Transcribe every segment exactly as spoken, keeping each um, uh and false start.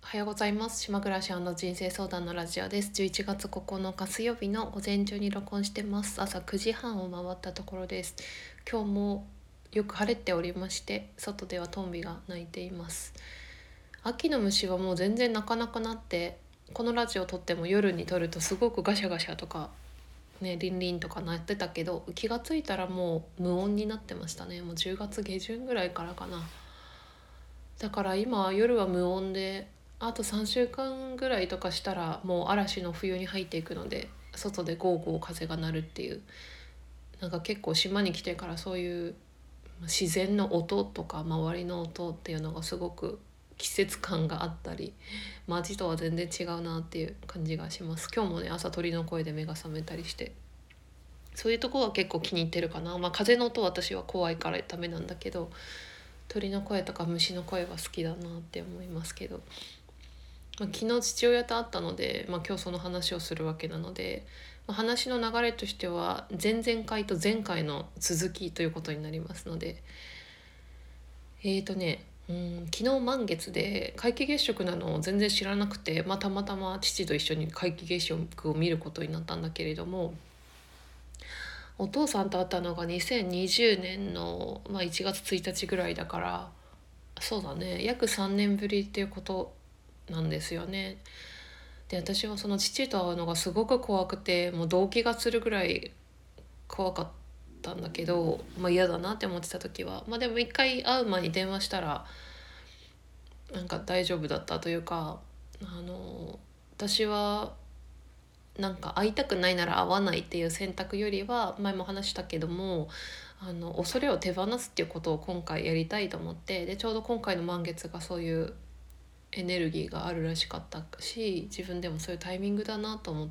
おはようございます。島暮らし人生相談のラジオです。じゅういちがつここのか水曜日の午前中に録音してます。朝くじはんを回ったところです。今日もよく晴れておりまして、外ではトンビが鳴いています。秋の虫はもう全然鳴かなくなって、このラジオ撮っても夜に撮るとすごくガシャガシャとかね、リンリンとか鳴ってたけど、気がついたらもう無音になってましたね。もうじゅうがつ下旬ぐらいからかな。だから今夜は無音で、あとさんしゅうかんぐらいとかしたらもう嵐の冬に入っていくので、外でゴーゴー風が鳴るっていう、なんか結構島に来てからそういう自然の音とか周りの音っていうのがすごく季節感があったり、街とは全然違うなっていう感じがします。今日もね、朝鳥の声で目が覚めたりして、そういうとこは結構気に入ってるかな。まあ風の音は私は怖いからダメなんだけど、鳥の声とか虫の声は好きだなって思いますけど、まあ、昨日父親と会ったので、まあ、今日その話をするわけなので、まあ、話の流れとしては前々回と前回の続きということになりますので、えーとねうん昨日満月で皆既月食なのを全然知らなくて、まあ、たまたま父と一緒に皆既月食を見ることになったんだけれども、お父さんと会ったのがにせんにじゅうねんの、まあ、いちがつついたちぐらいだから、そうだね、約さんねんぶりっていうことなんですよね。で、私はその父と会うのがすごく怖くて、もう動悸がするぐらい怖かったんだけど、まあ、嫌だなって思ってた時は、まあ、でも一回会う前に電話したらなんか大丈夫だったというか、あの私はなんか会いたくないなら会わないっていう選択よりは、前も話したけども、あの恐れを手放すっていうことを今回やりたいと思って、でちょうど今回の満月がそういうエネルギーがあるらしかったし、自分でもそういうタイミングだなと思って、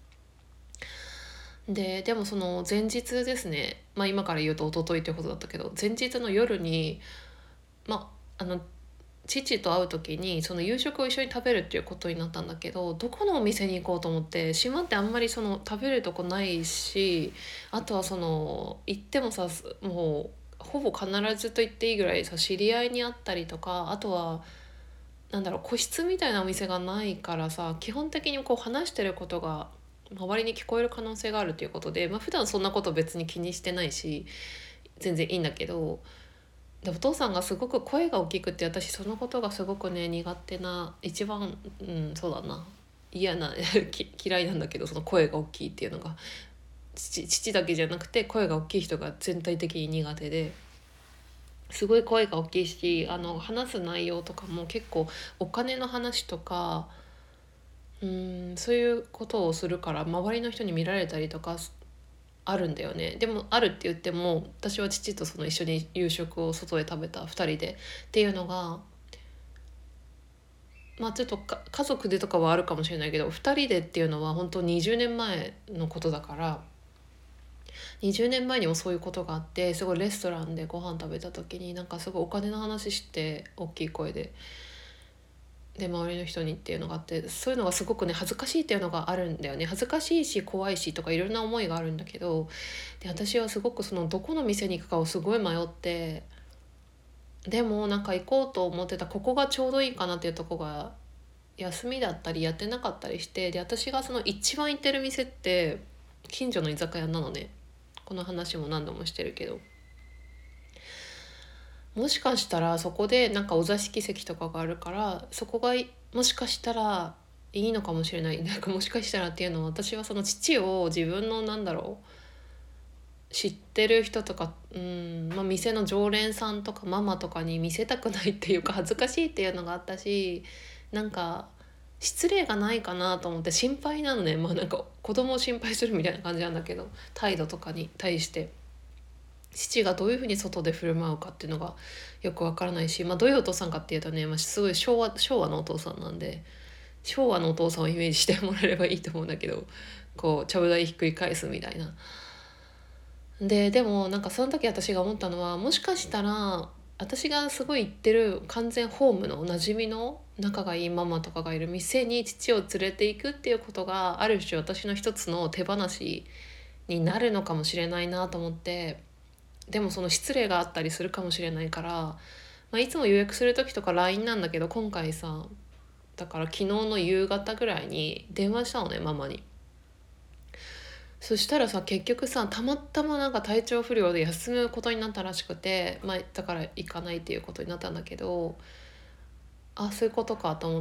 ででもその前日ですね、まあ今から言うと一昨日ということだったけど、前日の夜に、まああの父と会う時にその夕食を一緒に食べるっていうことになったんだけど、どこのお店に行こうと思って、島ってあんまりその食べるとこないし、あとはその行ってもさ、もうほぼ必ずと言っていいぐらいさ、知り合いに会ったりとか、あとはなんだろう、個室みたいなお店がないからさ、基本的にこう話してることが周りに聞こえる可能性があるということで、まあ普段そんなこと別に気にしてないし全然いいんだけど、でお父さんがすごく声が大きくて、私そのことがすごくね苦手な、一番うんそうだな、嫌なき嫌いなんだけど、その声が大きいっていうのが、父父だけじゃなくて声が大きい人が全体的に苦手で、すごい声が大きいし、あの話す内容とかも結構お金の話とか、うーんそういうことをするから周りの人に見られたりとかあるんだよね。でもあるって言っても、私は父とその一緒に夕食を外で食べたふたりでっていうのが、まあちょっとか家族でとかはあるかもしれないけど、ふたりでっていうのは本当にじゅうねんまえのことだから、にじゅうねんまえにもそういうことがあって、すごいレストランでご飯食べた時になんかすごいお金の話して大きい声で、で周りの人にっていうのがあって、そういうのがすごくね恥ずかしいっていうのがあるんだよね。恥ずかしいし怖いしとかいろんな思いがあるんだけど、で私はすごくそのどこの店に行くかをすごい迷って、でもなんか行こうと思ってたここがちょうどいいかなっていうとこが休みだったりやってなかったりして、で私がその一番行ってる店って近所の居酒屋なのね。この話も何度もしてるけど、もしかしたらそこでなんかお座敷席とかがあるから、そこがもしかしたらいいのかもしれない。なんかもしかしたらっていうのは、私はその父を自分のなんだろう、知ってる人とか、うん、まあ、店の常連さんとかママとかに見せたくないっていうか、恥ずかしいっていうのがあったし、なんか失礼がないかなと思って心配なのね。まあなんか子供を心配するみたいな感じなんだけど、態度とかに対して父がどういうふうに外で振る舞うかっていうのがよくわからないし、まあ、どういうお父さんかっていうとね、まあ、すごい昭和昭和のお父さんなんで、昭和のお父さんをイメージしてもらえればいいと思うんだけど、こうちゃぶ台ひっくり返すみたいな。ででもなんかその時私が思ったのは、もしかしたら私がすごい行ってる完全ホームの馴染みの仲がいいママとかがいる店に父を連れていくっていうことが、ある種私の一つの手放しになるのかもしれないなと思って。でもその失礼があったりするかもしれないから、まあ、いつも予約する時とか ライン なんだけど、今回さだから昨日の夕方ぐらいに電話したのね、ママに。そしたらさ、結局さ、たまたまなんか体調不良で休むことになったらしくて、まあだから行かないっていうことになったんだけど、あ、そういうことかと思って。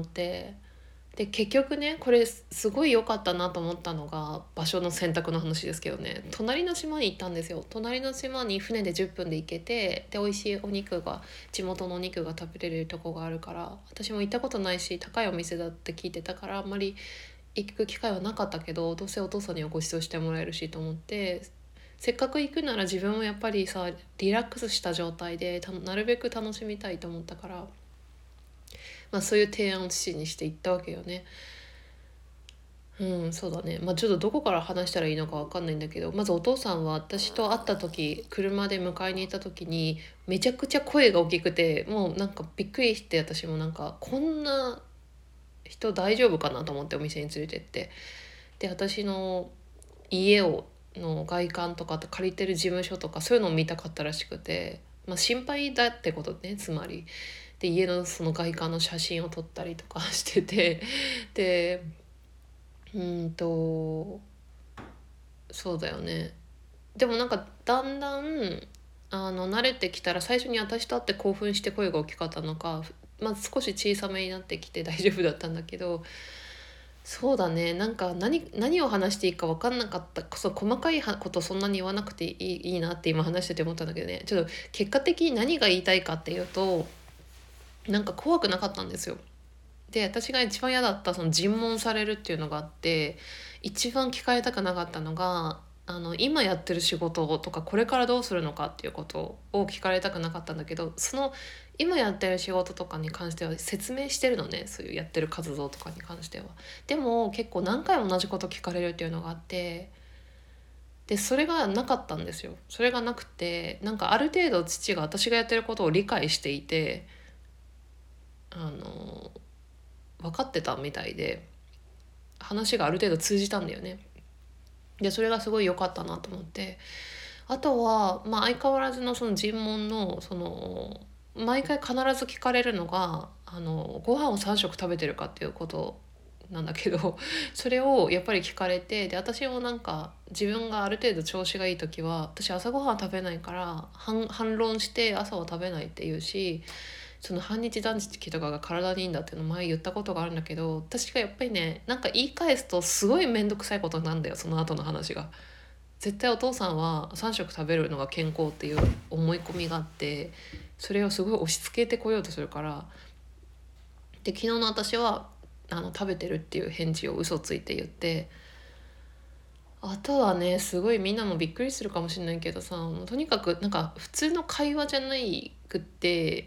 で結局ね、これすごい良かったなと思ったのが場所の選択の話ですけどね、隣の島に行ったんですよ。隣の島に船でじゅっぷんで行けて、で美味しいお肉が、地元のお肉が食べれるとこがあるから、私も行ったことないし高いお店だって聞いてたから、あんまり行く機会はなかったけど、どうせお父さんにはご馳走してもらえるしと思って、せっかく行くなら自分もやっぱりさ、リラックスした状態でたなるべく楽しみたいと思ったから、まあ、そういう提案を父にして行ったわけよね。うん、そうだね。まあちょっとどこから話したらいいのかわかんないんだけど、まずお父さんは私と会った時、車で迎えに行った時にめちゃくちゃ声が大きくて、もうなんかびっくりして、私もなんかこんな人大丈夫かなと思ってお店に連れてって、で私の家をの外観とか借りてる事務所とかそういうのを見たかったらしくて、まあ心配だってことね、つまり。で家のその外観の写真を撮ったりとかしてて、でうんとそうだよね。でもなんかだんだんあの慣れてきたら、最初に私と会って興奮して声が大きかったのか、まあ、少し小さめになってきて大丈夫だったんだけど、そうだね、なんか何何を話していいか分かんなかった。そう、細かいはことそんなに言わなくていい、いいなって今話してて思ったんだけどね、ちょっと結果的に何が言いたいかっていうと、なんか怖くなかったんですよ。で私が一番嫌だったその尋問されるっていうのがあって、一番聞かれたくなかったのが、あの今やってる仕事とかこれからどうするのかっていうことを聞かれたくなかったんだけど、その今やってる仕事とかに関しては説明してるのね、そういうやってる活動とかに関しては。でも結構何回も同じこと聞かれるっていうのがあって、でそれがなかったんですよ。それがなくて、なんかある程度父が私がやってることを理解していて、あの分かってたみたいで、話がある程度通じたんだよね。でそれがすごい良かったなと思って、あとは、まあ、相変わらずのその尋問のその毎回必ず聞かれるのが、あのご飯をさん食食べてるかっていうことなんだけど、それをやっぱり聞かれて、で私もなんか自分がある程度調子がいい時は、私朝ごはん食べないから反反論して朝は食べないって言うし、その半日断食とかが体にいいんだっていうの前言ったことがあるんだけど、私がやっぱりね、なんか言い返すとすごい面倒くさいことなんだよ、その後の話が。絶対お父さんはさん食食べるのが健康っていう思い込みがあって、それをすごい押し付けてこようとするから。で昨日の私はあの食べてるっていう返事を嘘ついて言って、あとはね、すごいみんなもびっくりするかもしれないけどさ、もうとにかくなんか普通の会話じゃないくって、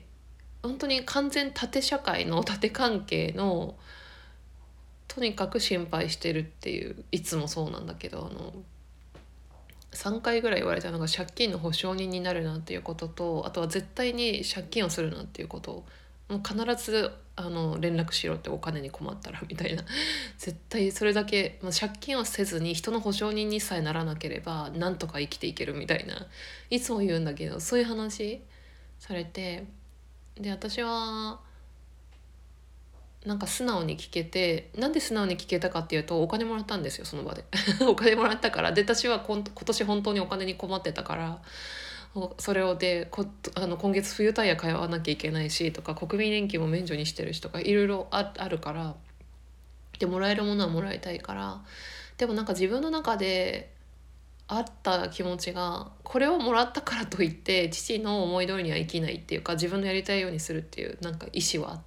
本当に完全縦社会の縦関係の、とにかく心配してるっていう、いつもそうなんだけど、あのさんかいぐらい言われたのが借金の保証人になるなっていうことと、あとは絶対に借金をするなっていうこと、もう必ずあの連絡しろって、お金に困ったらみたいな。絶対それだけ、まあ、借金をせずに人の保証人にさえならなければなんとか生きていけるみたいな、いつも言うんだけど、そういう話されて、で私はなんか素直に聞けて、なんで素直に聞けたかっていうと、お金もらったんですよ、その場で。お金もらったから。で私はこん今年本当にお金に困ってたから、それをでこあの今月冬タイヤ買わなきゃいけないしとか、国民年金も免除にしてるしとか、いろいろああるから、でもらえるものはもらいたいから。でもなんか自分の中であった気持ちが、これをもらったからといって父の思い通りには生きないっていうか、自分のやりたいようにするっていうなんか意思はあって、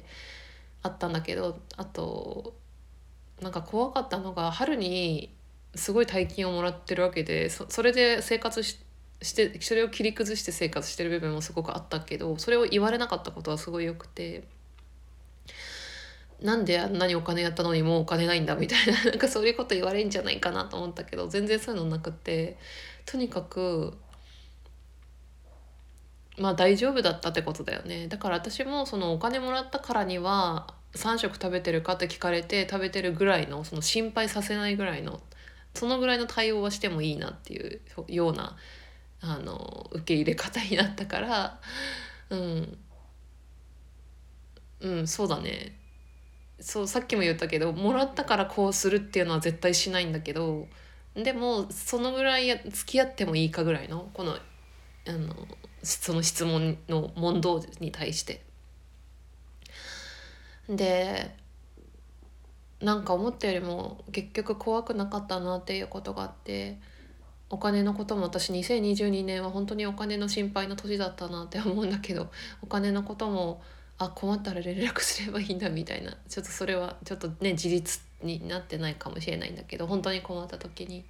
あったんだけど、あとなんか怖かったのが、春にすごい大金をもらってるわけで、そそれで生活ししてそれを切り崩して生活してる部分もすごくあったけど、それを言われなかったことはすごいよくて、なんであんなにお金やったのにもうお金ないんだみたいな、なんかそういうこと言われんじゃないかなと思ったけど、全然そういうのなくって、とにかくまあ大丈夫だったってことだよね。だから私もそのお金もらったからにはさん食食べてるかって聞かれて食べてるぐらいの、その心配させないぐらいの、そのぐらいの対応はしてもいいなっていうようなあの受け入れ方になったから、うんうん、そうだね。 そうさっきも言ったけど、もらったからこうするっていうのは絶対しないんだけど、でもそのぐらいや付き合ってもいいかぐらいのこのあのその質問の問答に対して。でなんか思ったよりも結局怖くなかったなっていうことがあって、お金のことも私にせんにじゅうにねんは本当にお金の心配の年だったなって思うんだけど、お金のこともあ困ったら連絡すればいいんだみたいな、ちょっとそれはちょっとね自立になってないかもしれないんだけど、本当に困った時に。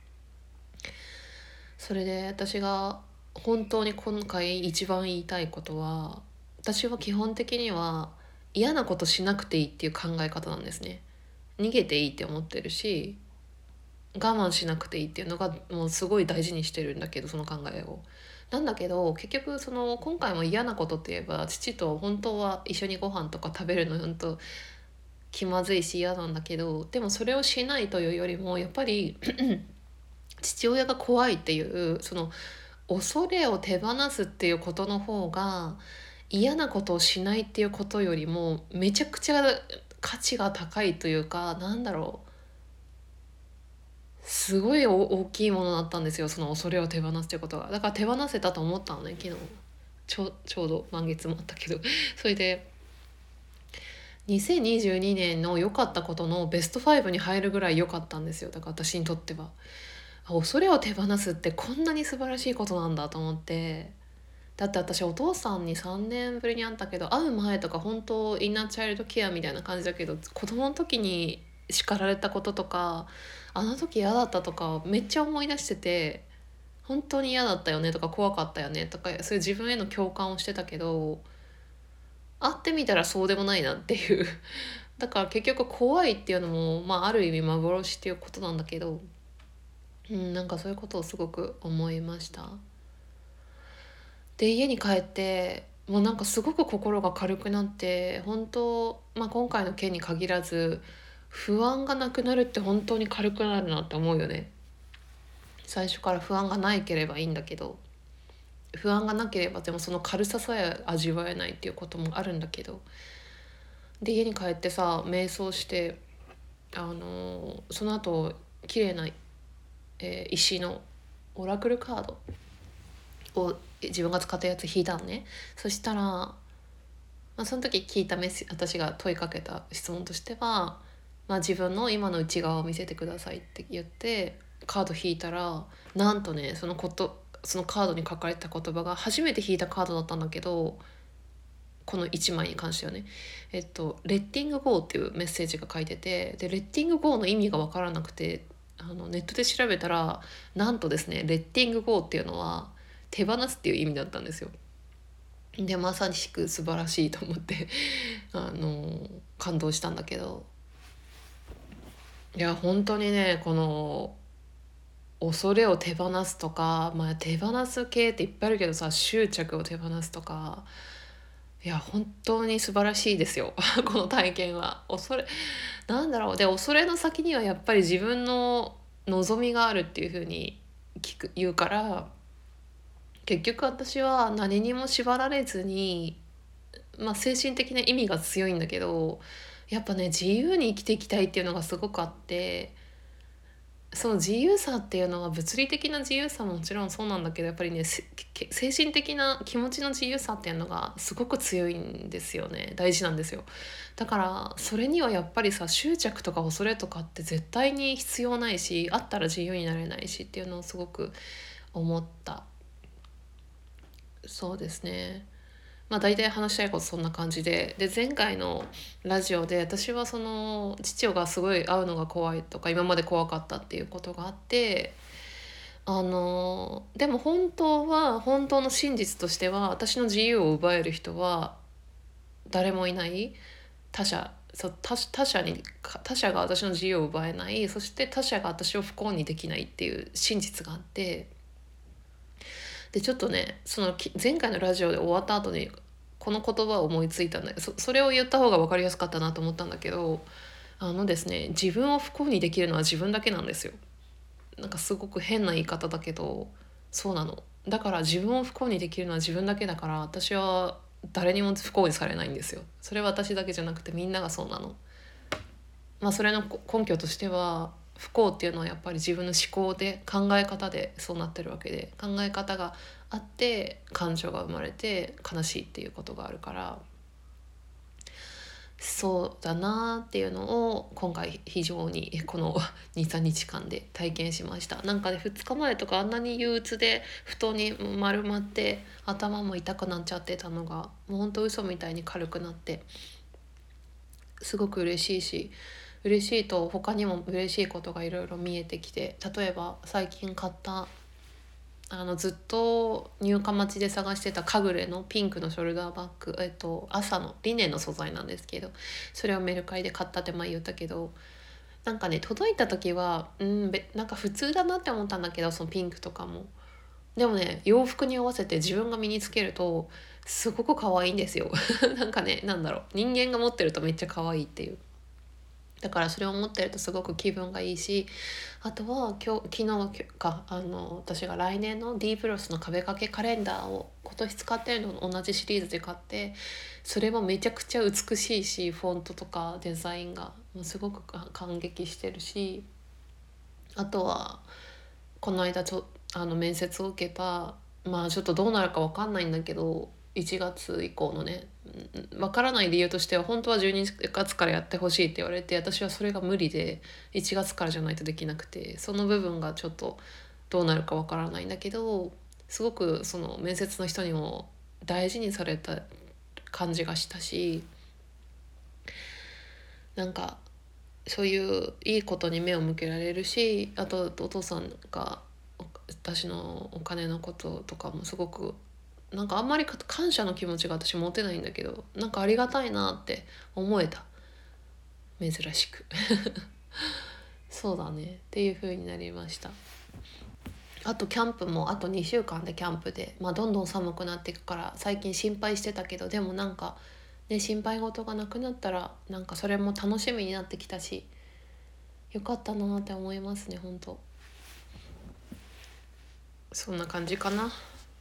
それで私が本当に今回一番言いたいことは、私は基本的には嫌なことしなくていいっていう考え方なんですね。逃げていいって思ってるし、我慢しなくていいっていうのがもうすごい大事にしてるんだけど、その考えを。なんだけど結局その今回も嫌なことって言えば、父と本当は一緒にご飯とか食べるの本当気まずいし嫌なんだけど、でもそれをしないというよりもやっぱり父親が怖いっていうその恐れを手放すっていうことの方が、嫌なことをしないっていうことよりもめちゃくちゃ価値が高いというか、なんだろう、すごい大きいものだったんですよ、その恐れを手放すっていうことが。だから手放せたと思ったのね、昨日。ちょちょうど満月もあったけどそれでにせんにじゅうにねんの良かったことのベストファイブに入るぐらい良かったんですよ。だから私にとっては恐れを手放すってこんなに素晴らしいことなんだと思って。だって私お父さんにさんねんぶりに会ったけど、会う前とか本当インナーチャイルドケアみたいな感じだけど、子供の時に叱られたこととか、あの時嫌だったとかめっちゃ思い出してて、本当に嫌だったよねとか怖かったよねとか、そういう自分への共感をしてたけど、会ってみたらそうでもないなっていうだから結局怖いっていうのも、まあ、ある意味幻っていうことなんだけど、うん、なんかそういうことをすごく思いました。で家に帰ってもうなんかすごく心が軽くなって、本当、まあ、今回の件に限らず不安がなくなるって本当に軽くなるなって思うよね。最初から不安がないければいいんだけど、不安がなければでもその軽ささえ味わえないっていうこともあるんだけど、で家に帰ってさ瞑想して、あのその後綺麗な、えー石のオラクルカードを自分が使ったやつ引いたのね。そしたら、まあ、その時聞いたメッセ私が問いかけた質問としては、まあ、自分の今の内側を見せてくださいって言ってカード引いたら、なんとねそのことそのカードに書かれた言葉が初めて引いたカードだったんだけど、このいちまいに関してはね、えっと「レッティングゴー」っていうメッセージが書いてて、でレッティングゴーの意味が分からなくて、あのネットで調べたらなんとですね、レッティングゴーっていうのは手放すっていう意味だったんですよ。でまさしく素晴らしいと思ってあの感動したんだけど、いや本当にねこの恐れを手放すとか、まあ、手放す系っていっぱいあるけどさ、執着を手放すとか、いや本当に素晴らしいですよこの体験は。恐れなんだろう、で恐れの先にはやっぱり自分の望みがあるっていう風に聞く言うから、結局私は何にも縛られずに、まあ、精神的な意味が強いんだけど、やっぱね自由に生きていきたいっていうのがすごくあって、その自由さっていうのは物理的な自由さももちろんそうなんだけど、やっぱりねせけ精神的な気持ちの自由さっていうのがすごく強いんですよね。大事なんですよ。だからそれにはやっぱりさ、執着とか恐れとかって絶対に必要ないし、あったら自由になれないしっていうのをすごく思った。そうですね。まあ大体話したいことそんな感じで、で前回のラジオで私はその父がすごい会うのが怖いとか今まで怖かったっていうことがあって、あのでも本当は本当の真実としては私の自由を奪える人は誰もいない。他者そう他他者に他者が私の自由を奪えない、そして他者が私を不幸にできないっていう真実があって、でちょっとねその前回のラジオで終わった後にこの言葉を思いついたんだけど、 そ, それを言った方が分かりやすかったなと思ったんだけど、あのですね自分を不幸にできるのは自分だけなんですよ。なんかすごく変な言い方だけどそうなの。だから自分を不幸にできるのは自分だけだから、私は誰にも不幸にされないんですよ。それは私だけじゃなくてみんながそうなの。 まあそれの根拠としては、不幸っていうのはやっぱり自分の思考で考え方でそうなってるわけで、考え方があって感情が生まれて悲しいっていうことがあるから、そうだなっていうのを今回非常にこのにさんにちかんで体験しました。なんかね、ふつかまえとかあんなに憂鬱で布団に丸まって頭も痛くなっちゃってたのが、もうほんと嘘みたいに軽くなって、すごく嬉しいし、嬉しいと他にも嬉しいことがいろいろ見えてきて、例えば最近買ったあのずっと入荷待ちで探してたカグレのピンクのショルダーバッグ、えっと、朝のリネンの素材なんですけど、それをメルカリで買ったって前言ったけど、なんかね届いた時はうんべなんか普通だなって思ったんだけど、そのピンクとかも。でもね、洋服に合わせて自分が身につけるとすごく可愛いんですよなんかね、なんだろう、人間が持ってるとめっちゃ可愛いっていう。だからそれを持ってるとすごく気分がいいし、あとは今日昨日かあの私が来年の D プロスの壁掛けカレンダーを今年使ってるのと同じシリーズで買って、それもめちゃくちゃ美しいし、フォントとかデザインがもうすごく感激してるし、あとはこの間ちょあの面接を受けた、まあちょっとどうなるか分かんないんだけど、いちがつ以降のね、分からない理由としては、本当はじゅうにがつからやってほしいって言われて、私はそれが無理でいちがつからじゃないとできなくて、その部分がちょっとどうなるか分からないんだけど、すごくその面接の人にも大事にされた感じがしたし、なんかそういういいことに目を向けられるし、あとお父さんが私のお金のこととかもすごく、なんかあんまり感謝の気持ちが私持てないんだけど、なんかありがたいなって思えた、珍しくそうだねっていう風になりました。あとキャンプもあとにしゅうかんでキャンプで、まあ、どんどん寒くなっていくから最近心配してたけど、でもなんかね、心配事がなくなったらなんかそれも楽しみになってきたし、よかったなって思いますね、本当。そんな感じかな。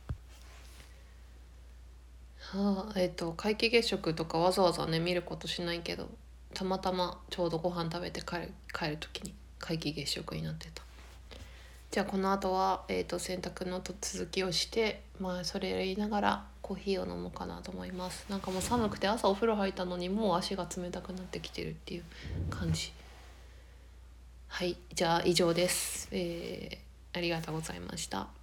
はあ、えっ、と皆既月食とかわざわざね見ることしないけど、たまたまちょうどご飯食べて帰る帰る時に皆既月食になってた。じゃあこの後は、えー、と洗濯の続きをして、まあそれやりながらコーヒーを飲もうかなと思います。なんかもう寒くて朝お風呂入ったのにもう足が冷たくなってきてるっていう感じ。はい、じゃあ以上です。えー、ありがとうございました。